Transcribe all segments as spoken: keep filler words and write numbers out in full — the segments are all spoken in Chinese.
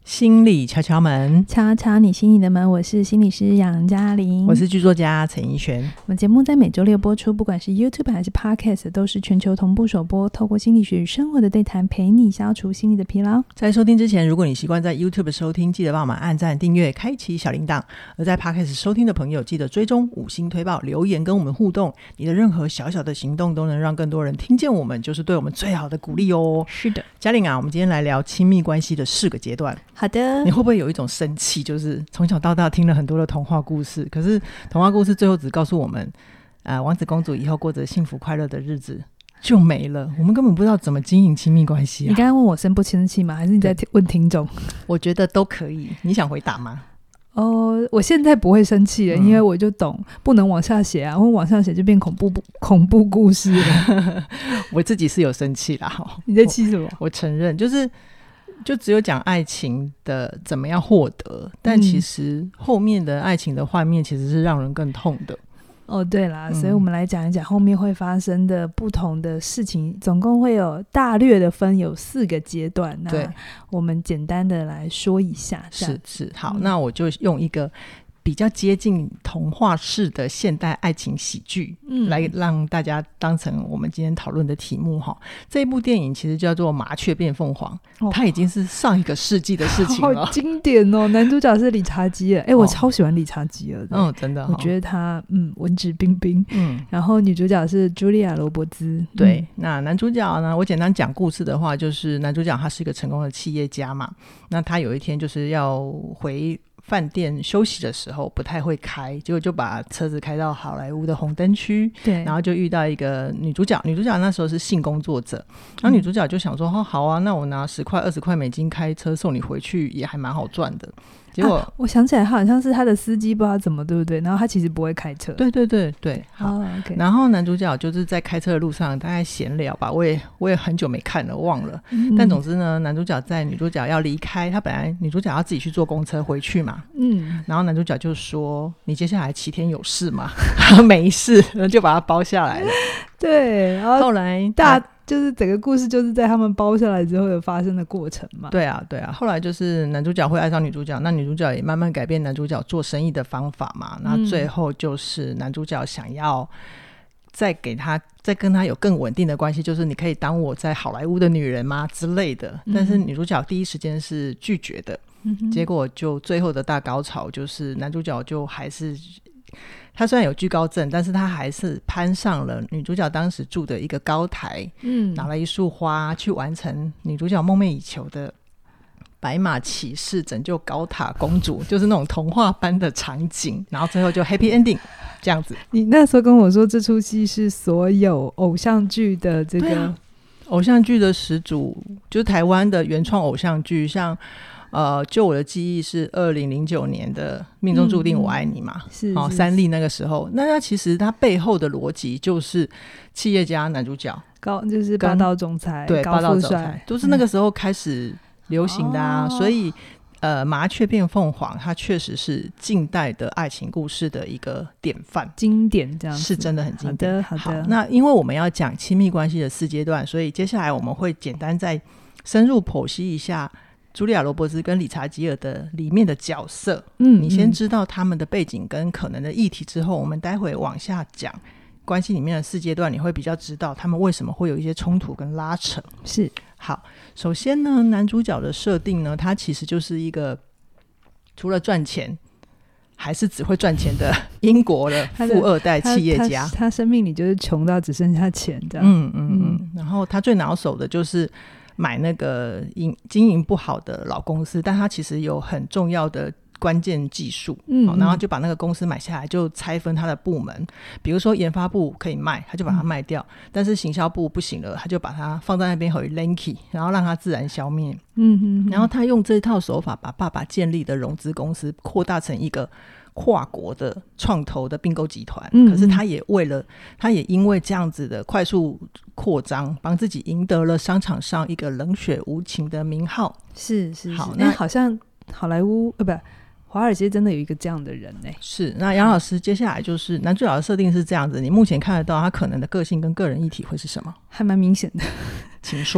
心理敲敲门， 敲敲你心里的门。我是心理师杨嘉玲， 我是剧作家陈怡璇。 我们节目在每周六播出，不管是 YouTube 还是 Podcast 都是全球同步首播，透过心理学与生活的对谈，陪你消除心理的疲劳。 在收听之前，如果你习惯在 YouTube 收听，记得帮我们按赞订阅开启小铃铛，而在 Podcast 收听的朋友记得追踪五星推报留言跟我们互动，你的任何小小的行动都能让更多人听见我们，就是对我们最好的鼓励哦。 是的， 嘉玲啊，我们今天来聊亲密关系的四个阶段。 好的， 你会不会有一种生气，就是从小到大听了很多的童话故事，可是童话故事最后只告诉我们呃，王子公主以后过着幸福快乐的日子就没了，我们根本不知道怎么经营亲密关系啊。 你刚刚问我生不生气吗？还是你在问听众？ 我觉得都可以，你想回答吗？ 哦，我现在不会生气了、嗯、因为我就懂不能往下写啊，因为往下写就变恐怖恐怖故事了我自己是有生气啦。 你在气什么？ 我, 我承认就是就只有讲爱情的怎么样获得，但其实后面的爱情的幻灭其实是让人更痛的。 哦，对啦、嗯、所以我们来讲一讲后面会发生的不同的事情，总共会有大略的分有四个阶段，那我们简单的来说一下。 是是，好、嗯、那我就用一个比较接近童话式的现代爱情喜剧、嗯、来让大家当成我们今天讨论的题目。这一部电影其实叫做麻雀变凤凰、哦、它已经是上一个世纪的事情了， 好经典哦。男主角是理查吉尔，哎、欸，我超喜欢理查吉尔的， 嗯，真的、哦、 我觉得他嗯文质彬彬，嗯，然后女主角是茱莉亚·罗伯兹。 对、嗯、那男主角呢，我简单讲故事的话，就是男主角他是一个成功的企业家嘛，那他有一天就是要回饭店休息的时候不太会开，结果就把车子开到好莱坞的红灯区，对，然后就遇到一个女主角，女主角那时候是性工作者，然后女主角就想说、嗯、哦好啊，那我拿十块二十块美金开车送你回去也还蛮好赚的。结果、啊、 我想起来他好像是他的司机，不知道怎么对不对，然后他其实不会开车。 对对对对，好、 oh, okay. 然后男主角就是在开车的路上大概闲聊吧，我也我也很久没看了忘了、嗯、但总之呢，男主角在女主角要离开，他本来女主角要自己去坐公车回去嘛，嗯，然后男主角就说你接下来七天有事吗？没事，就把他包下来了。 对，然后后来大就是整个故事就是在他们包下来之后有发生的过程嘛。 对啊对啊，后来就是男主角会爱上女主角，那女主角也慢慢改变男主角做生意的方法嘛，那最后就是男主角想要再给他再跟他有更稳定的关系，就是你可以当我在好莱坞的女人吗之类的，但是女主角第一时间是拒绝的、嗯、结果就最后的大高潮就是男主角就还是他虽然有惧高症，但是他还是攀上了女主角当时住的一个高台，嗯，拿了一束花去完成女主角梦寐以求的白马骑士拯救高塔公主就是那种童话般的场景，然后最后就 happy ending 这样子。 你那时候跟我说这出戏是所有偶像剧的这个、 啊、偶像剧的始祖，就是台湾的原创偶像剧，像呃，就我的记忆是二零零九年的命中注定我爱你嘛、嗯、是, 是, 是、哦、三立那个时候，那它其实它背后的逻辑就是企业家男主角高就是霸道总裁， 对， 高霸道总裁都是那个时候开始流行的啊、嗯、所以呃，麻雀变凤凰它确实是近代的爱情故事的一个典范， 经典，这样子是真的很经典。 好的好的， 好，那因为我们要讲亲密关系的四阶段，所以接下来我们会简单再深入剖析一下茱莉亚·罗伯兹跟理查吉尔的里面的角色，嗯，你先知道他们的背景跟可能的议题之后，我们待会往下讲关系里面的四阶段，你会比较知道他们为什么会有一些冲突跟拉扯。 是， 好，首先呢，男主角的设定呢，他其实就是一个除了赚钱还是只会赚钱的英国的富二代企业家， 他, 他, 他生命里就是穷到只剩下钱这样。 嗯嗯嗯，然后他最拿手的就是买那个经营不好的老公司，但他其实有很重要的关键技术，嗯嗯，然后就把那个公司买下来，就拆分他的部门，比如说研发部可以卖，他就把它卖掉，嗯，但是行销部不行了，他就把它放在那边回 Lanky， 然后让它自然消灭。嗯哼哼，然后他用这套手法把爸爸建立的融资公司扩大成一个跨国的创投的并购集团，嗯，可是他也为了他也因为这样子的快速扩张，帮自己赢得了商场上一个冷血无情的名号。 是是是， 好， 那好像好莱坞呃不华尔街真的有一个这样的人呢。 是，那杨老师接下来就是男主角的设定是这样子，你目前看得到他可能的个性跟个人议题会是什么？ 还蛮明显的。 请说。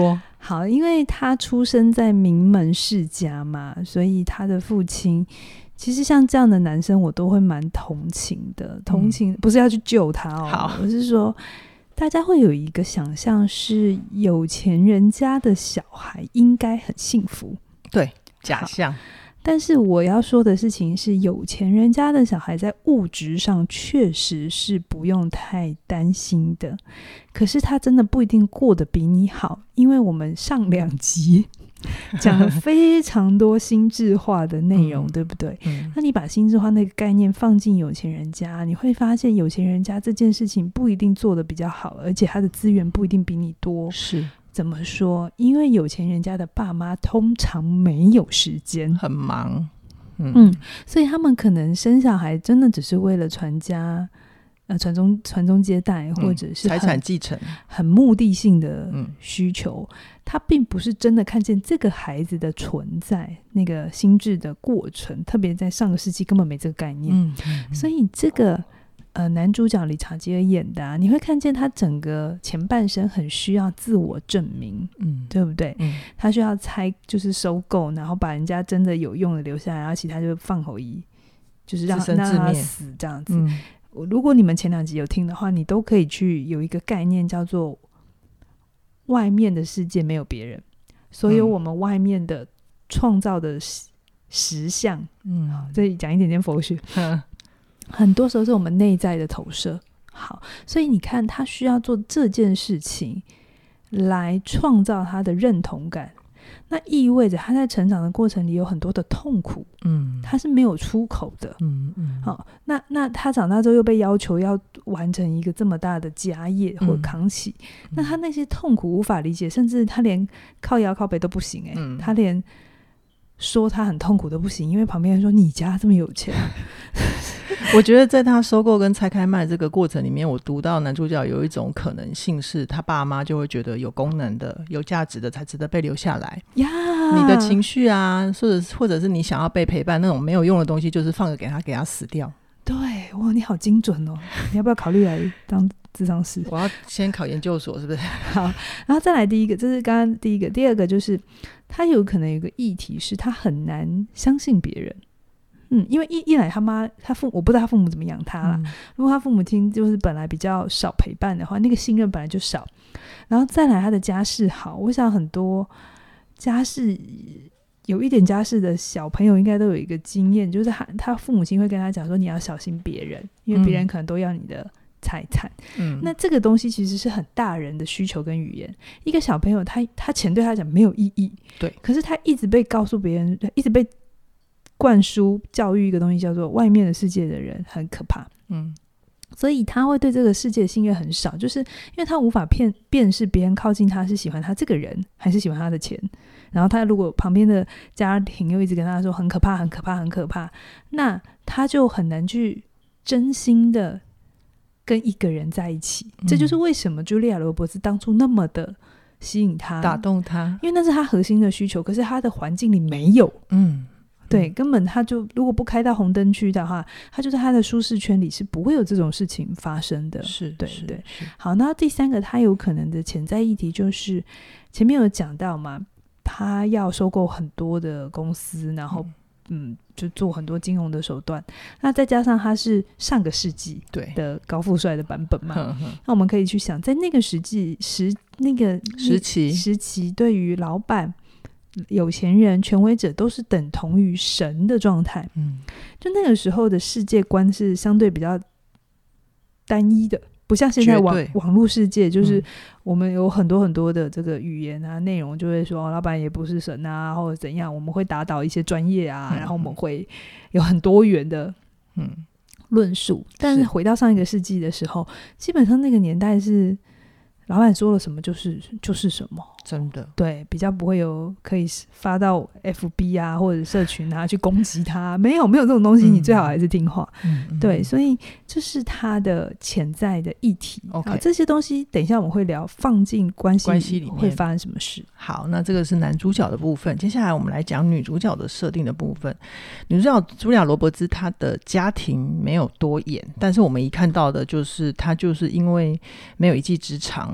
好，因为他出生在名门世家嘛，所以他的父亲其实像这样的男生我都会蛮同情的，同情、嗯、不是要去救他哦，我是说大家会有一个想象是有钱人家的小孩应该很幸福， 对，假象。 但是我要说的事情是，有钱人家的小孩在物质上确实是不用太担心的，可是他真的不一定过得比你好，因为我们上两集讲了非常多心智化的内容、嗯、对不对、嗯、那你把心智化那个概念放进有钱人家，你会发现有钱人家这件事情不一定做得比较好，而且他的资源不一定比你多。 是怎么说？因为有钱人家的爸妈通常没有时间， 很忙。 嗯, 嗯所以他们可能生小孩真的只是为了传家呃传宗传宗接代，或者是财产继承， 很目的性的需求、嗯、他并不是真的看见这个孩子的存在，那个心智的过程，特别在上个世纪根本没这个概念。嗯嗯嗯所以这个呃，男主角理查吉尔演的、啊、你会看见他整个前半生很需要自我证明，嗯，对不对？嗯，他需要猜就是收购，然后把人家真的有用的留下来，然后其他就放口一，就是让让他死这样子、嗯、如果你们前两集有听的话，你都可以去有一个概念叫做外面的世界没有别人，所有我们外面的创造的实相，嗯，这里讲一点点佛学很多时候是我们内在的投射。好，所以你看他需要做这件事情来创造他的认同感，那意味着他在成长的过程里有很多的痛苦，嗯，他是没有出口的，嗯嗯。好，那那他长大之后又被要求要完成一个这么大的家业或扛起、嗯、那他那些痛苦无法理解，甚至他连靠腰靠背都不行、欸嗯、他连说他很痛苦都不行，因为旁边人说你家这么有钱我觉得在他收购跟拆开卖这个过程里面，我读到男主角有一种可能性是他爸妈就会觉得有功能的有价值的才值得被留下来呀， yeah. 你的情绪啊，或者或者是你想要被陪伴那种没有用的东西，就是放着给他给他死掉。 对，哇，你好精准哦你要不要考虑来当諮商師？ 我要先考研究所是不是？ 好，然后再来第一个，这是刚刚第一个。第二个就是他有可能有一个议题是他很难相信别人，嗯，因为 一, 一来他妈他父我不知道他父母怎么养他啦、嗯、如果他父母亲就是本来比较少陪伴的话，那个信任本来就少，然后再来他的家世好，我想很多家世有一点家世的小朋友应该都有一个经验，就是 他, 他父母亲会跟他讲说你要小心别人，因为别人可能都要你的财产、嗯、那这个东西其实是很大人的需求跟语言。一个小朋友他他钱对他讲没有意义，对，可是他一直被告诉别人，一直被灌输教育一个东西叫做外面的世界的人很可怕，嗯，所以他会对这个世界的信任很少，就是因为他无法辨辨识别人靠近他是喜欢他这个人还是喜欢他的钱，然后他如果旁边的家庭又一直跟他说很可怕很可怕很可怕，那他就很难去真心的跟一个人在一起、嗯、这就是为什么茱莉亚·罗伯兹当初那么的吸引他打动他， 因为那是他核心的需求，可是他的环境里没有，嗯，对，根本他就如果不开到红灯区的话，他就在他的舒适圈里是不会有这种事情发生的，是，对是对是。好，那第三个他有可能的潜在议题就是前面有讲到嘛，他要收购很多的公司，然后嗯, 嗯就做很多金融的手段，那再加上他是上个世纪的高富帅的版本嘛，那我们可以去想在那个时纪时那个时期时期对于老板有钱人权威者都是等同于神的状态，嗯，就那个时候的世界观是相对比较单一的，不像现在网网络世界，就是我们有很多很多的这个语言啊内容就会说、哦、老板也不是神啊或者怎样，我们会打倒一些专业啊、嗯、然后我们会有很多元的嗯论述，但是回到上一个世纪的时候，基本上那个年代是老板说了什么就是就是什么， 真的， 对，比较不会有可以发到 F B 啊或者社群啊去攻击他，没有没有这种东西、嗯、你最好还是听话、嗯嗯、对，所以这是他的潜在的议题、okay. 这些东西等一下我们会聊放进关系里, 里面会发生什么事。 好，那这个是男主角的部分，接下来我们来讲女主角的设定的部分。女主角茱莉亚·罗伯兹她的家庭没有多演，但是我们一看到的就是她就是因为没有一技之长，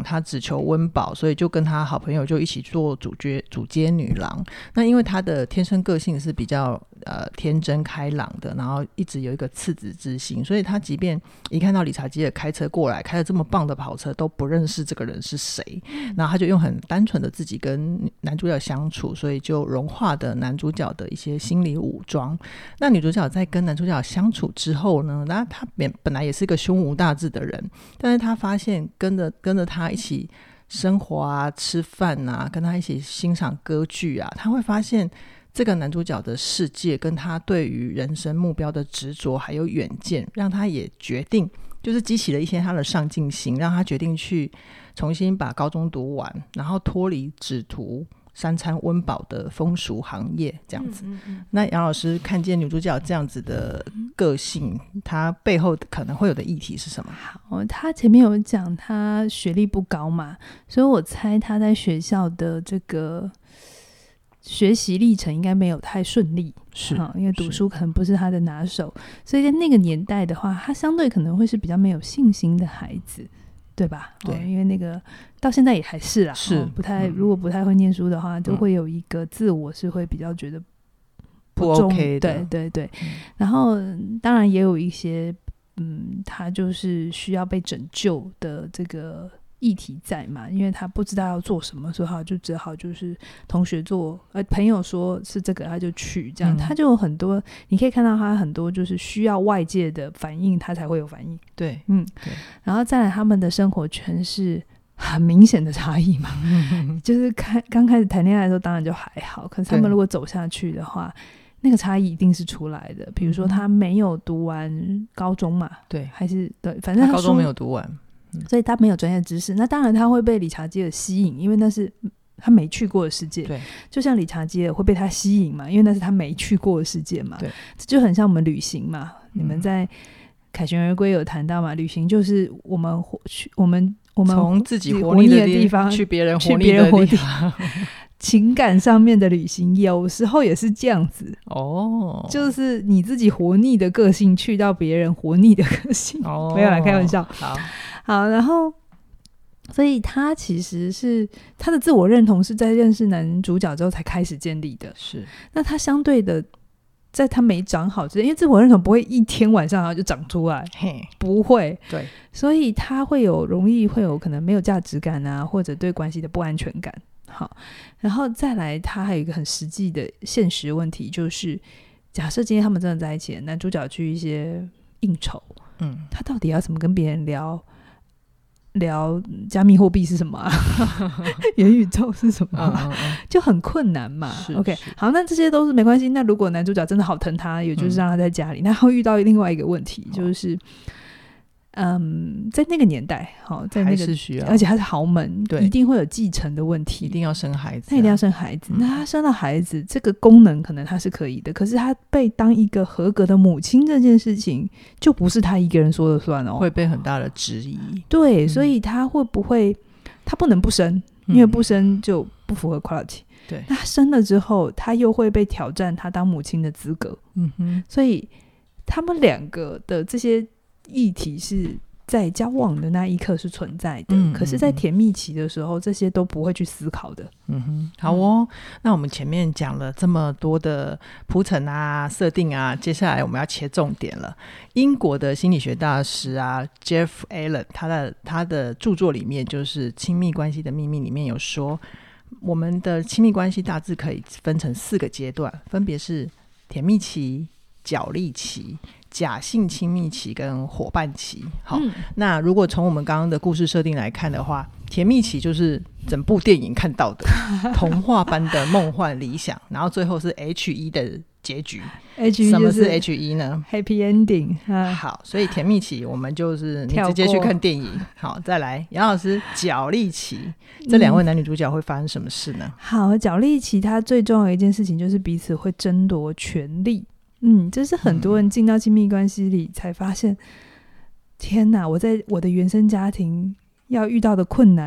他只求温饱，所以就跟他好朋友就一起做主角主街女郎。那因为他的天生个性是比较呃天真开朗的，然后一直有一个赤子之心，所以他即便一看到理查基尔开车过来，开了这么棒的跑车，都不认识这个人是谁，然后他就用很单纯的自己跟男主角相处，所以就融化的男主角的一些心理武装。那女主角在跟男主角相处之后呢，那他本来也是一个胸无大志的人，但是他发现跟着跟着他一起生活啊，吃饭啊，跟他一起欣赏歌剧啊，他会发现这个男主角的世界跟他对于人生目标的执着还有远见，让他也决定就是激起了一些他的上进心，让他决定去重新把高中读完，然后脱离只图三餐温饱的风俗行业这样子。嗯嗯嗯，那杨老师看见女主角这样子的个性，她背后可能会有的议题是什么？ 好，她前面有讲她学历不高嘛，所以我猜她在学校的这个学习历程应该没有太顺利， 是、 嗯、因为读书可能不是她的拿手，所以在那个年代的话，她相对可能会是比较没有信心的孩子，对吧？ 对、 哦，因为那个到现在也还是啦， 是、 哦、不太、嗯、如果不太会念书的话，就会有一个自我是会比较觉得不 OK 的， 对对对、嗯。然后当然也有一些，嗯，他就是需要被拯救的这个议题在嘛，因为他不知道要做什么，所以他就只好就是同学做，呃，朋友说是这个他就去，这样、嗯、他就有很多，你可以看到他很多就是需要外界的反应，他才会有反应。 对， 嗯， 对。 然后再来他们的生活圈是很明显的差异嘛，就是开刚开始谈恋爱的时候当然就还好，可是他们如果走下去的话，那个差异一定是出来的。比如说他没有读完高中嘛， 对， 还是对，反正 他, 他高中没有读完， 所以他没有专业知识，那当然他会被理查基尔吸引，因为那是他没去过的世界。 对， 就像理查基尔会被他吸引嘛，因为那是他没去过的世界嘛。 对， 这就很像我们旅行嘛。嗯、你们在凯旋而归有谈到嘛，旅行就是我们去我们我们从自己活腻的地方去别人活腻的地方。 情感上面的旅行有时候也是这样子哦， 就是你自己活腻的个性去到别人活腻的个性。哦，没有啦，开玩笑。 好好，然后所以他其实是他的自我认同是在认识男主角之后才开始建立的。 是， 那他相对的在他没长好之前，因为自我认同不会一天晚上然后就长出来，不会。 对， 所以他会有容易会有可能没有价值感啊，或者对关系的不安全感。好，然后再来他还有一个很实际的现实问题，就是假设今天他们真的在一起，男主角去一些应酬，嗯，他到底要怎么跟别人聊聊加密货币是什么啊元宇宙是什么、啊嗯嗯嗯、就很困难嘛。 OK， 好，那这些都是没关系。那如果男主角真的好疼他，也就是让他在家里、嗯、那会遇到另外一个问题，就是嗯，在那个年代、哦、在那个还是需要， 而且他是豪门，对，一定会有继承的问题， 一定要生孩子、啊、 他一定要生孩子、嗯、那他生了孩子这个功能可能他是可以的，可是他被当一个合格的母亲这件事情就不是他一个人说了算哦， 会被很大的质疑。 对、嗯、所以他会不会他不能不生，因为不生就不符合 quality、嗯、 对， 那他生了之后他又会被挑战他当母亲的资格。嗯哼，所以他们两个的这些议题是在交往的那一刻是存在的、嗯、可是在甜蜜期的时候、嗯、这些都不会去思考的。 嗯哼，好哦、嗯、那我们前面讲了这么多的铺陈啊设定啊，接下来我们要切重点了。英国的心理学大师啊 Jeff Allen 他的他的著作里面就是亲密关系的秘密里面有说，我们的亲密关系大致可以分成四个阶段，分别是甜蜜期、角力期、假性亲密期跟伙伴期。好、嗯，那如果从我们刚刚的故事设定来看的话，甜蜜期就是整部电影看到的童话般的梦幻理想然后最后是 H E 的结局。 H E 什么是 H E 呢？ Happy Ending、啊、 好，所以甜蜜期我们就是你直接去看电影。好，再来杨老师，角力期这两位男女主角会发生什么事呢？ 嗯、好，角力期它最重要的一件事情就是彼此会争夺权力。嗯，这是很多人进到亲密关系里才发现、嗯、天哪，我在我的原生家庭要遇到的困难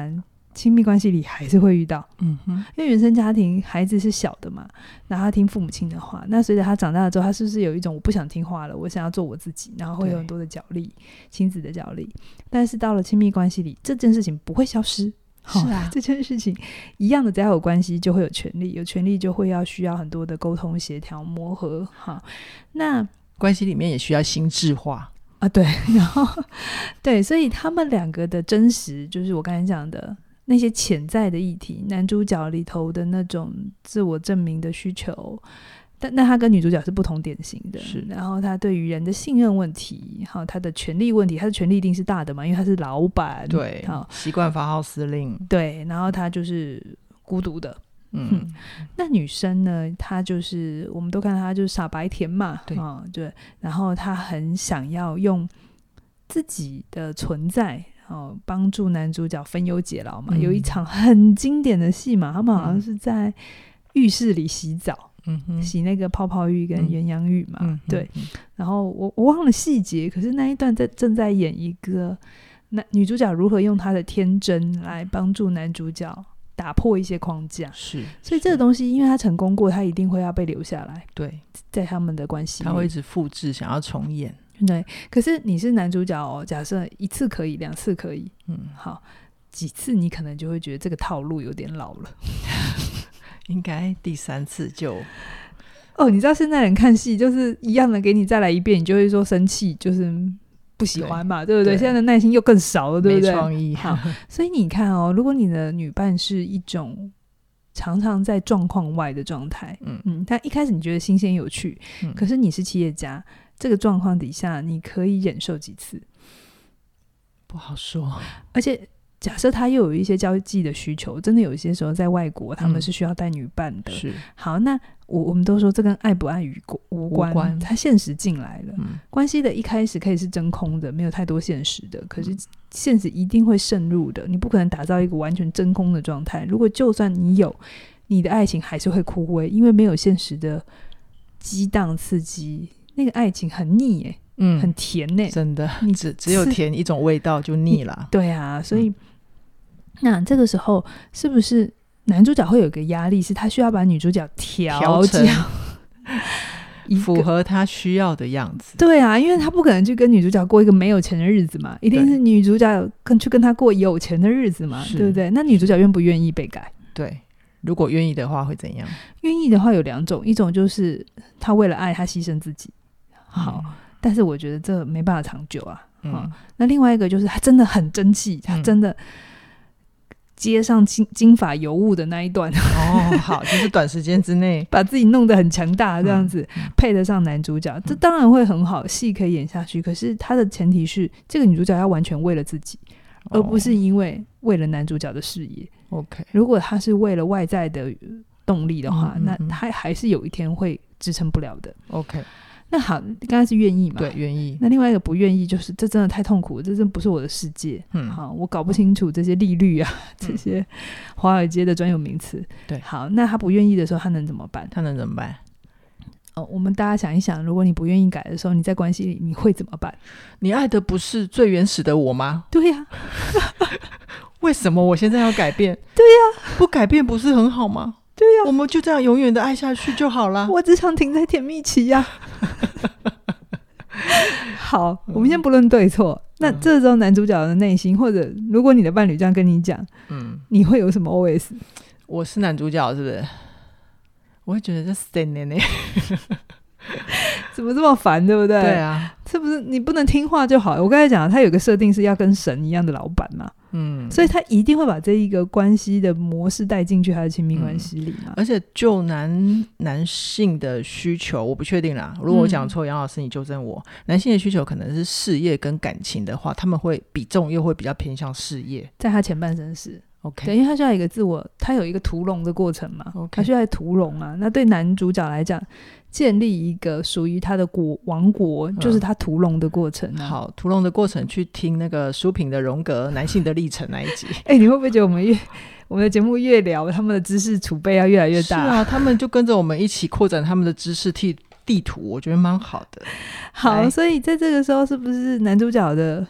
亲密关系里还是会遇到， 嗯哼， 因为原生家庭孩子是小的嘛，然后他听父母亲的话，那随着他长大了之后，他是不是有一种我不想听话了，我想要做我自己，然后会有很多的角力，亲子的角力。但是到了亲密关系里，这件事情不会消失， 是啊、 哦，这件事情一样的，只要有关系就会有权利，有权利就会要需要很多的沟通协调磨合。好，那关系里面也需要心智化啊，对，然后对，所以他们两个的真实就是我刚才讲的那些潜在的议题，男主角里头的那种自我证明的需求，但那他跟女主角是不同典型的， 是。 然后他对于人的信任问题，还有他的权力问题，他的权力一定是大的嘛，因为他是老板， 对，习惯发号施令， 对，然后他就是孤独的。嗯, 嗯，那女生呢？她就是我们都看到她就是傻白甜嘛， 对、 哦、对，然后她很想要用自己的存在哦帮助男主角分忧解劳嘛、嗯。有一场很经典的戏嘛，他们好像是在浴室里洗澡，嗯、洗那个泡泡浴跟鸳鸯浴嘛，嗯、对。然后我我忘了细节，可是那一段在正在演一个那女主角如何用她的天真来帮助男主角打破一些框架， 是， 所以这个东西因为他成功过，他一定会要被留下来， 对， 在他们的关系里他会一直复制，想要重演， 对。可是你是男主角哦，假设一次可以，两次可以，嗯，好，几次你可能就会觉得这个套路有点老了应该第三次就哦，你知道现在人看戏就是一样的给你再来一遍，你就会说生气，就是不喜欢嘛， 对, 对不对？现在的耐心又更少了，对不对？ 没创意。 好，所以你看哦，如果你的女伴是一种常常在状况外的状态，嗯嗯，但一开始你觉得新鲜有趣、嗯，可是你是企业家，这个状况底下你可以忍受几次？ 不好说。 而且假设他又有一些交际的需求，真的有一些时候在外国他们是需要带女伴的、嗯、是。好，那我我们都说这跟爱不爱与无关，无关，他现实进来了、嗯、关系的一开始可以是真空的，没有太多现实的，可是现实一定会渗入的，你不可能打造一个完全真空的状态，如果就算你有，你的爱情还是会枯萎，因为没有现实的激荡刺激，那个爱情很腻耶、欸嗯、很甜耶、欸、 真的，你 只, 只有甜一种味道就腻了。对啊，所以、嗯、那这个时候是不是男主角会有一个压力，是他需要把女主角调教符合他需要的样子。 对啊，因为他不可能去跟女主角过一个没有钱的日子嘛，一定是女主角跟去跟他过有钱的日子嘛，对不对？那女主角愿不愿意被改？ 对，如果愿意的话会怎样？ 愿意的话有两种，一种就是他为了爱他牺牲自己，好、嗯，但是我觉得这没办法长久啊。嗯，嗯那另外一个就是他真的很争气，他真的、嗯接上 金, 金发尤物的那一段哦，好，就是短时间之内把自己弄得很强大这样子、嗯、配得上男主角、嗯、这当然会很好，戏可以演下去，可是他的前提是这个女主角要完全为了自己、哦、而不是因为为了男主角的事业。 OK， 如果他是为了外在的动力的话、嗯嗯嗯、那他还是有一天会支撑不了的。 OK， 那好，刚才是愿意嘛？ 对，愿意。 那另外一个不愿意，就是这真的太痛苦了，这真的不是我的世界。嗯，好，我搞不清楚这些利率啊，嗯、这些华尔街的专有名词。对，好，那他不愿意的时候，他能怎么办？ 他能怎么办？ 哦，我们大家想一想，如果你不愿意改的时候，你在关系里你会怎么办？ 你爱的不是最原始的我吗？ 对呀、 啊，为什么我现在要改变？ 对呀、 啊，不改变不是很好吗？ 对呀、啊， 我们就这样永远的爱下去就好了。 我只想停在甜蜜期呀、啊。好，我们先不论对错、嗯、那这时候男主角的内心，或者如果你的伴侣这样跟你讲，嗯，你会有什么 O S？ 我是男主角是不是？我会觉得这神呢怎么这么烦，对不对？ 对啊， 是不是你不能听话就好？我刚才讲他有个设定是要跟神一样的老板嘛，嗯，所以他一定会把这一个关系的模式带进去他的亲密关系里嘛、嗯、 而且就男男性的需求我不确定啦，如果我讲错、嗯、杨老师你纠正我，男性的需求可能是事业跟感情的话，他们会比重又会比较偏向事业，在他前半生是 OK， 对，因为他需要一个自我，他有一个屠龙的过程嘛， okay， 他需要屠龙啊。那对男主角来讲，建立一个属于他的国王国，就是他屠龙的过程、啊嗯、 好，屠龙的过程去听那个书评的荣格男性的历程那一集哎、欸，你会不会觉得我们越我们的节目越聊，他们的知识储备要越来越大？ 是啊，他们就跟着我们一起扩展他们的知识地地图，我觉得蛮好的。 好，所以在这个时候是不是男主角的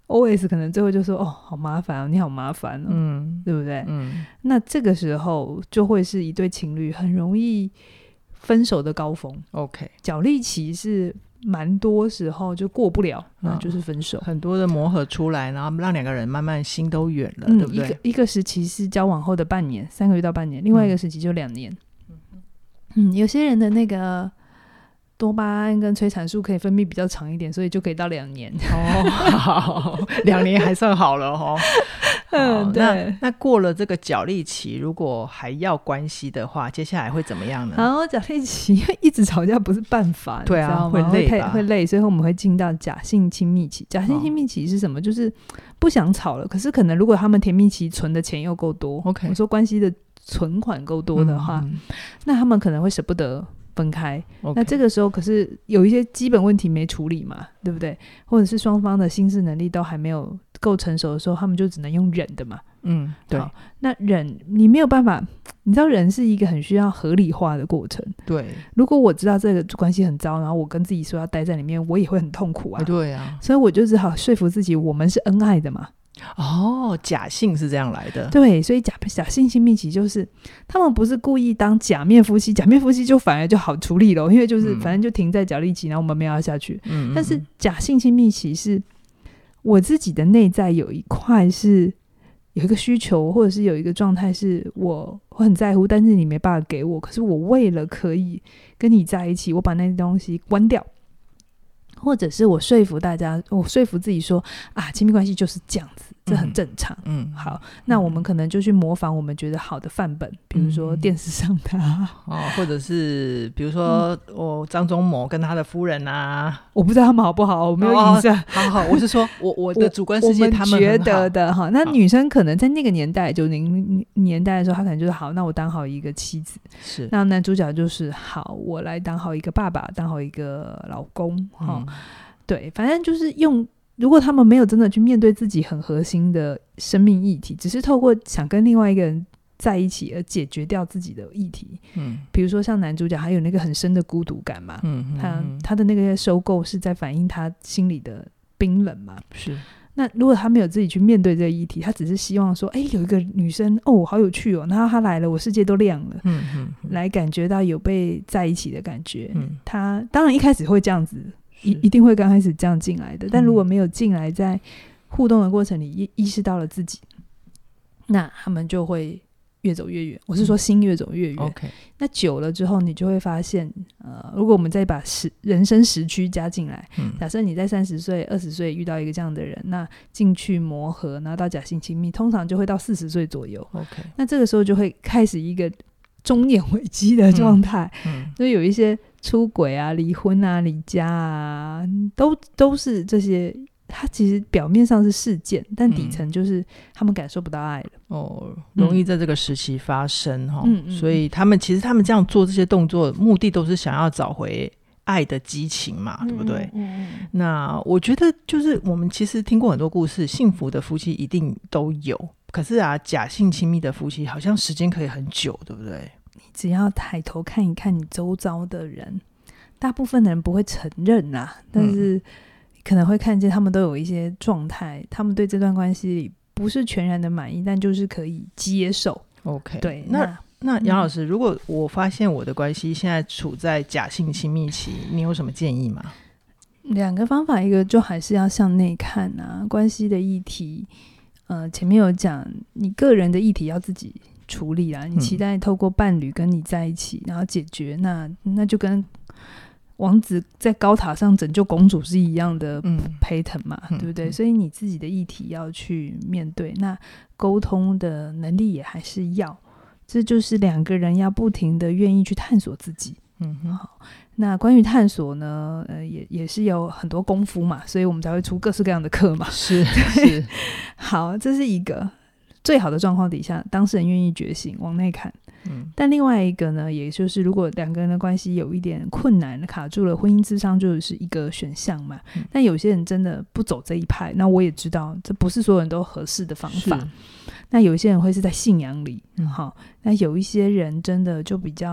O S 可能最后就说哦好麻烦哦，你好麻烦哦，嗯，对不对？嗯，那这个时候就会是一对情侣很容易分手的高峰。 OK， 角力期是蛮多时候就过不了，那就是分手、 嗯、很多的磨合出来，然后让两个人慢慢心都远了、 嗯、 对不对？ 一个一个时期是交往后的半年，三个月到半年，另外一个时期就两年。 嗯, 嗯，有些人的那个多巴胺跟催产素可以分泌比较长一点，所以就可以到两年。 哦，好，两年还算好了哦。嗯，对。那那过了这个角力期，如果还要关系的话，接下来会怎么样呢？ 然后角力期，因为一直吵架不是办法， 对啊， 你知道吗？ 会累吧？ 会累，所以我们会进到假性亲密期。假性亲密期是什么？哦、就是不想吵了，可是可能如果他们甜蜜期存的钱又够多 ，OK， 我说关系的存款够多的话、嗯嗯，那他们可能会舍不得分开、okay. 那这个时候可是有一些基本问题没处理嘛，对不对？或者是双方的心智能力都还没有够成熟的时候，他们就只能用忍的嘛。 嗯，对。 好，那忍你没有办法，你知道忍是一个很需要合理化的过程。 对， 如果我知道这个关系很糟，然后我跟自己说要待在里面，我也会很痛苦啊。 对啊， 所以我就只好说服自己我们是恩爱的嘛。 哦，假性是这样来的。 对，所以假假性亲密期就是他们不是故意当假面夫妻，假面夫妻就反而就好处理了，因为就是反正就停在角力期，然后我们没有要下去。嗯，但是假性亲密期是我自己的内在有一块是有一个需求，或者是有一个状态是我很在乎，但是你没办法给我，可是我为了可以跟你在一起，我把那些东西关掉，或者是我说服大家，我说服自己说啊，亲密关系就是这样子，这很正常。嗯，好，那我们可能就去模仿我们觉得好的范本，比如说电视上的、啊嗯哦、或者是比如说我张忠谋跟他的夫人啊， 我不知道他们好不好，我没有印象。 哦、好好，我是说我我的主观世界他们觉得的哈。那女生可能在那个年代，九零年代的时候，她可能就是好，那我当好一个妻子， 是。 那男主角就是好，我来当好一个爸爸，当好一个老公哈、嗯。对，反正就是用。如果他们没有真的去面对自己很核心的生命议题，只是透过想跟另外一个人在一起而解决掉自己的议题，嗯，比如说像男主角还有那个很深的孤独感嘛，嗯嗯嗯，他他的那个收购是在反映他心里的冰冷嘛， 是。 那如果他没有自己去面对这个议题，他只是希望说，哎，有一个女生哦，好有趣哦，然后她来了，我世界都亮了，嗯嗯嗯，来感觉到有被在一起的感觉，嗯，他当然一开始会这样子。一, 一定会刚开始这样进来的，但如果没有进来，在互动的过程里意意识到了自己，那他们就会越走越远。我是说心越走越远、嗯 okay. 那久了之后你就会发现呃，如果我们再把时人生时区加进来、嗯、假设你在三十岁二十岁遇到一个这样的人，那进去磨合，然后到假性亲密通常就会到四十岁左右、okay. 那这个时候就会开始一个中年危机的状态、嗯嗯、所以有一些出轨啊离婚啊离家啊都都是这些，它其实表面上是事件，但底层就是他们感受不到爱了、 嗯、哦，容易在这个时期发生、嗯、所以他们其实他们这样做这些动作目的都是想要找回爱的激情嘛，对不对？嗯嗯，那我觉得就是我们其实听过很多故事，幸福的夫妻一定都有，可是啊假性亲密的夫妻好像时间可以很久，对不对？ 你只要抬头看一看你周遭的人，大部分的人不会承认啦，但是可能会看见他们都有一些状态，他们对这段关系里不是全然的满意，但就是可以接受。 OK， 对， 那那杨老师、嗯、如果我发现我的关系现在处在假性亲密期，你有什么建议吗？ 两个方法，一个就还是要向内看啊，关系的议题呃，前面有讲你个人的议题要自己处理啦，你期待透过伴侣跟你在一起、嗯、然后解决，那那就跟王子在高塔上拯救公主是一样的 pattern 嘛、嗯、对不对、嗯、所以你自己的议题要去面对，那沟通的能力也还是要，这就是两个人要不停的愿意去探索自己。嗯哼，好，那关于探索呢呃，也也是有很多功夫嘛，所以我们才会出各式各样的课嘛。 是是， 好，这是一个最好的状况底下，当事人愿意觉醒往内看、嗯、但另外一个呢，也就是如果两个人的关系有一点困难卡住了，婚姻諮商就是一个选项嘛、嗯、但有些人真的不走这一派，那我也知道这不是所有人都合适的方法，那有一些人会是在信仰里、嗯、好，那有一些人真的就比较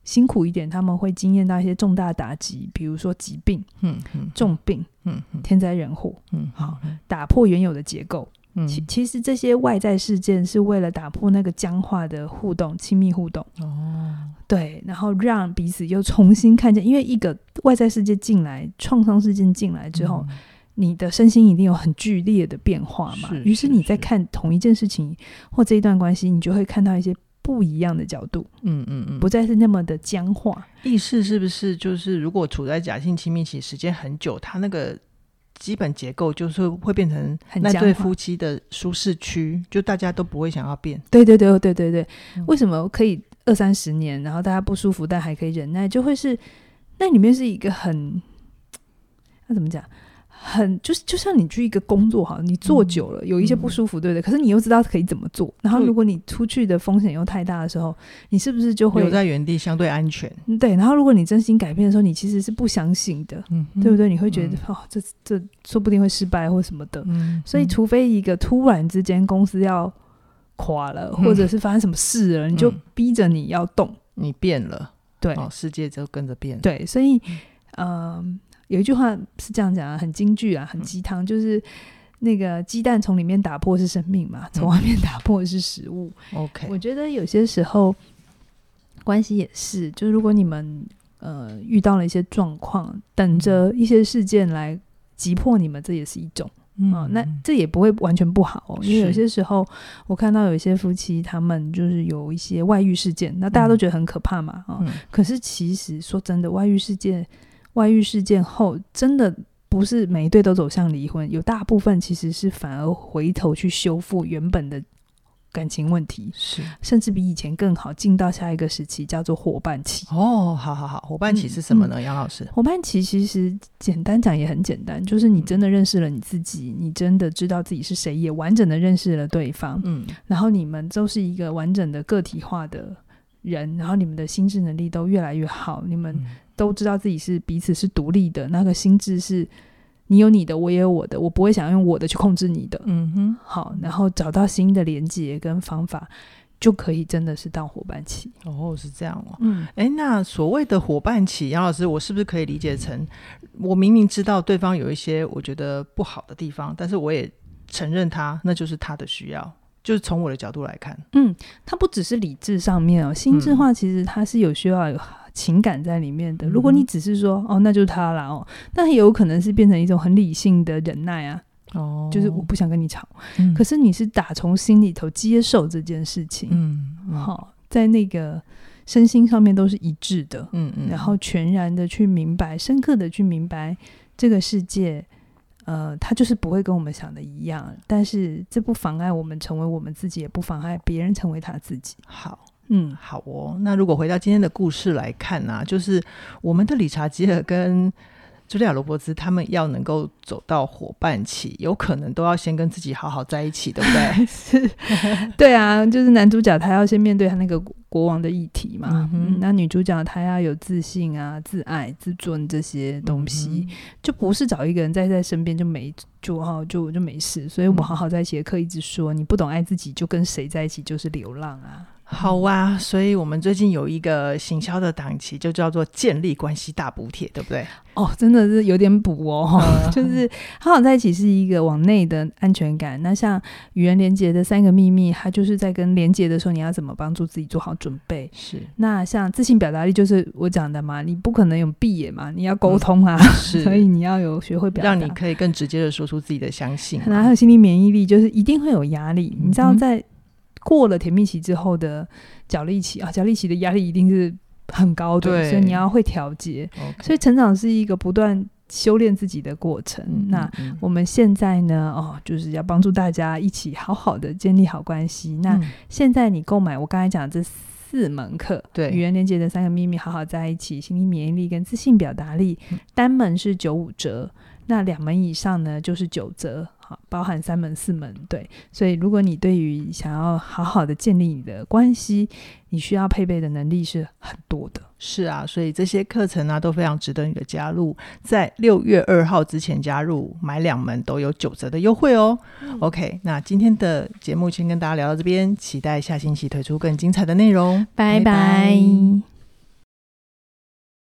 辛苦一点，他们会经验到一些重大打击，比如说疾病、嗯嗯、重病、嗯嗯、天灾人祸、嗯好打破原有的结构。嗯、其, 其实这些外在事件是为了打破那个僵化的互动，亲密互动。哦，对，然后让彼此又重新看见，因为一个外在世界进来，创伤事件进来之后、嗯，你的身心一定有很剧烈的变化嘛。于是你在看同一件事情或这一段关系，你就会看到一些不一样的角度。嗯嗯嗯，不再是那么的僵化。 意思是不是就是如果处在假性亲密期时间很久，它那个基本结构就是会变成那对夫妻的舒适区，就大家都不会想要变。 对对对对对对、嗯、为什么可以二三十年然后大家不舒服但还可以忍耐，就会是那里面是一个很那怎么讲，很就是就像你去一个工作好，你做久了、嗯、有一些不舒服，对不对？可是你又知道可以怎么做，然后如果你出去的风险又太大的时候，你是不是就会留在原地相对安全？ 对，然后如果你真心改变的时候，你其实是不相信的、嗯、对不对？你会觉得、嗯、哦，这这说不定会失败或什么的、嗯、所以除非一个突然之间公司要垮了、嗯、或者是发生什么事了、嗯、你就逼着你要动， 你变了， 对、 哦、世界就跟着变。 对，所以嗯、呃有一句话是这样讲啊，很金句啊，很鸡汤、嗯、就是那个鸡蛋从里面打破是生命嘛，从外面打破是食物、嗯、OK， 我觉得有些时候关系也是，就是如果你们呃遇到了一些状况，等着一些事件来击破你们，这也是一种嗯、呃，那这也不会完全不好、哦、因为有些时候我看到有一些夫妻他们就是有一些外遇事件，那大家都觉得很可怕嘛、哦嗯、可是其实说真的，外遇事件外遇事件后真的不是每一对都走向离婚，有大部分其实是反而回头去修复原本的感情问题，是甚至比以前更好，进到下一个时期叫做伙伴期。 哦，好好好，伙伴期是什么呢、嗯、杨老师？ 伙伴期其实简单讲也很简单，就是你真的认识了你自己、嗯、你真的知道自己是谁，也完整的认识了对方，嗯，然后你们都是一个完整的个体化的人，然后你们的心智能力都越来越好，你们都知道自己是彼此是独立的，那个心智是你有你的我也有我的，我不会想用我的去控制你的，嗯哼，好，然后找到新的连结跟方法，就可以真的是到伙伴期。 哦，是这样哦。嗯，哎，那所谓的伙伴期，杨老师，我是不是可以理解成，我明明知道对方有一些我觉得不好的地方，但是我也承认他，那就是他的需要，就是从我的角度来看。 嗯，它不只是理智上面哦，心智化其实它是有需要有情感在里面的。如果你只是说哦那就是他啦哦，但也有可能是变成一种很理性的忍耐啊，哦，就是我不想跟你吵、嗯、可是你是打从心里头接受这件事情，嗯，嗯好，在那个身心上面都是一致的，嗯嗯，然后全然的去明白，深刻的去明白这个世界呃，它就是不会跟我们想的一样，但是这不妨碍我们成为我们自己，也不妨碍别人成为他自己。 好，嗯，好哦。那如果回到今天的故事来看啊，就是我们的理查基尔跟茱莉亚·罗伯兹他们要能够走到伙伴期，有可能都要先跟自己好好在一起，对不对？ 是，对啊，就是男主角他要先面对他那个国王的议题嘛，嗯嗯，那女主角她要有自信啊、自爱、自尊这些东西，嗯，就不是找一个人在在身边就没就好就就没事。所以我们好好在一起的课一直说，你不懂爱自己，就跟谁在一起就是流浪啊。 好啊，所以我们最近有一个行销的档期，就叫做建立关系大补帖，对不对？ 哦，真的是有点补哦，嗯，就是好好在一起是一个往内的安全感。那像语言连结的三个秘密，它就是在跟连结的时候，你要怎么帮助自己做好准备。是。那像自信表达力，就是我讲的嘛，你不可能有闭眼嘛，你要沟通啊，嗯，是，所以你要有学会表达， 让你可以更直接的说出自己的相信。 然后还有心理免疫力，就是一定会有压力，嗯，你知道在过了甜蜜期之后的角力期啊，角力期的压力一定是很高的，所以你要会调节。Okay. 所以成长是一个不断修炼自己的过程。嗯，那我们现在呢，哦，就是要帮助大家一起好好的建立好关系。那现在你购买我刚才讲的这四门课，对，语言连结的三个秘密，好好在一起，心理免疫力跟自信表达力，嗯，单门是九五折，那两门以上呢就是九折。好，包含三门四门，对，所以如果你对于想要好好的建立你的关系，你需要配备的能力是很多的。 是啊，所以这些课程啊都非常值得你的加入，在六月二号之前加入，买两门都有九折的优惠哦。嗯，OK， 那今天的节目先跟大家聊到这边，期待下星期推出更精彩的内容， 拜拜。拜拜。